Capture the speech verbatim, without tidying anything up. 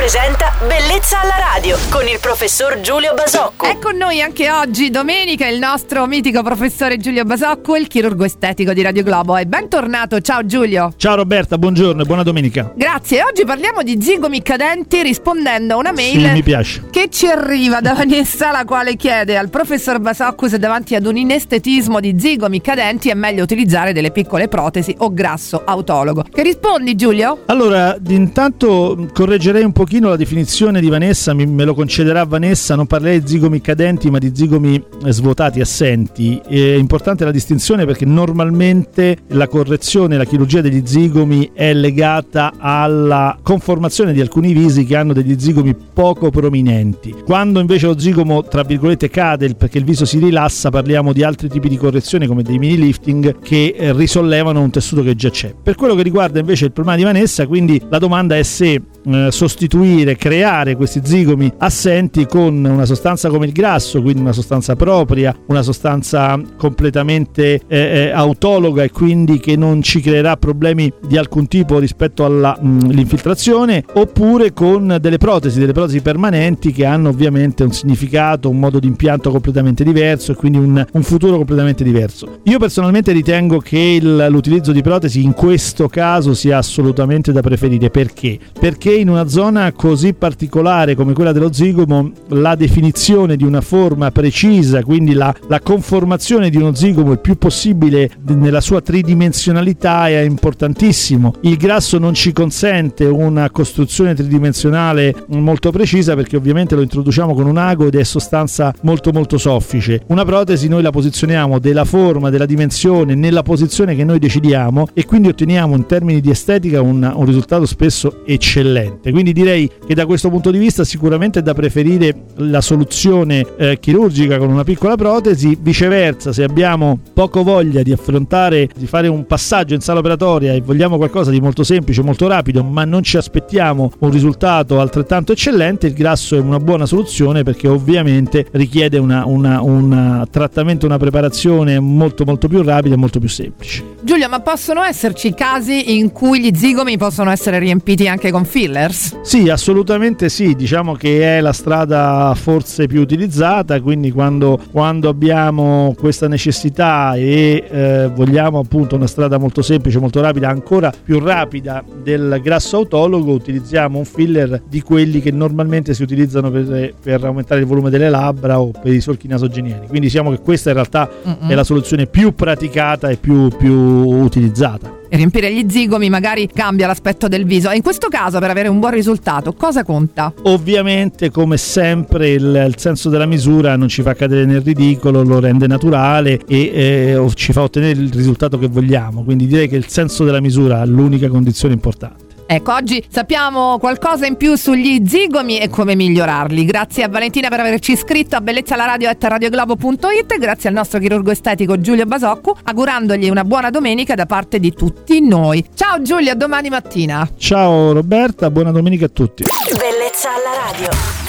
presenta Bellezza alla radio con il professor Giulio Basocco. È con noi anche oggi, domenica, il nostro mitico professore Giulio Basocco, il chirurgo estetico di Radio Globo. E bentornato, ciao Giulio. Ciao Roberta, buongiorno e buona domenica. Grazie, oggi parliamo di zigomi cadenti rispondendo a una mail sì, mi piace. che ci arriva da Vanessa, la quale chiede al professor Basocco se davanti ad un inestetismo di zigomi cadenti è meglio utilizzare delle piccole protesi o grasso autologo. Che rispondi, Giulio? Allora, intanto correggerei un pochino la definizione di Vanessa, mi, me lo concederà Vanessa, non parlerei di zigomi cadenti ma di zigomi svuotati, assenti. È importante la distinzione perché normalmente la correzione, la chirurgia degli zigomi è legata alla conformazione di alcuni visi che hanno degli zigomi poco prominenti. Quando invece lo zigomo, tra virgolette, cade perché il viso si rilassa, parliamo di altri tipi di correzione come dei mini lifting che risollevano un tessuto che già c'è. Per quello che riguarda invece il problema di Vanessa, quindi la domanda è se eh, sostituire, creare questi zigomi assenti con una sostanza come il grasso, quindi una sostanza propria, una sostanza completamente eh, eh, autologa e quindi che non ci creerà problemi di alcun tipo rispetto all'infiltrazione, oppure con delle protesi, delle protesi permanenti che hanno ovviamente un significato, un modo di impianto completamente diverso e quindi un, un futuro completamente diverso. Io personalmente ritengo che il, l'utilizzo di protesi in questo caso sia assolutamente da preferire. Perché? Perché in una zona così particolare come quella dello zigomo la definizione di una forma precisa, quindi la, la conformazione di uno zigomo il più possibile nella sua tridimensionalità è importantissimo. Il grasso non ci consente una costruzione tridimensionale molto precisa perché ovviamente lo introduciamo con un ago ed è sostanza molto molto soffice. Una protesi noi la posizioniamo della forma, della dimensione, nella posizione che noi decidiamo e quindi otteniamo in termini di estetica un, un risultato spesso eccellente. Quindi direi che da questo punto di vista sicuramente è da preferire la soluzione eh, chirurgica con una piccola protesi. Viceversa, se abbiamo poco voglia di affrontare, di fare un passaggio in sala operatoria e vogliamo qualcosa di molto semplice, molto rapido, ma non ci aspettiamo un risultato altrettanto eccellente, il grasso è una buona soluzione perché ovviamente richiede una, una, un trattamento, una preparazione molto molto più rapida e molto più semplice. Giulio, ma possono esserci casi in cui gli zigomi possono essere riempiti anche con fillers? Sì, assolutamente sì, diciamo che è la strada forse più utilizzata, quindi quando, quando abbiamo questa necessità e eh, vogliamo appunto una strada molto semplice, molto rapida, ancora più rapida del grasso autologo, utilizziamo un filler di quelli che normalmente si utilizzano per, per aumentare il volume delle labbra o per i solchi nasogenieni. Quindi diciamo che questa in realtà Mm-mm. è la soluzione più praticata e più, più utilizzata. E riempire gli zigomi magari cambia l'aspetto del viso. E in questo caso, per avere un buon risultato, cosa conta? Ovviamente, come sempre, il, il senso della misura non ci fa cadere nel ridicolo, lo rende naturale e eh, ci fa ottenere il risultato che vogliamo. Quindi direi che il senso della misura è l'unica condizione importante. Ecco, oggi sappiamo qualcosa in più sugli zigomi e come migliorarli. Grazie a Valentina per averci iscritto a bellezzalaradio chiocciola radioglobo punto it. Grazie al nostro chirurgo estetico Giulio Basocco, augurandogli una buona domenica da parte di tutti noi. Ciao Giulio, a domani mattina. Ciao Roberta, buona domenica a tutti. Bellezza alla radio.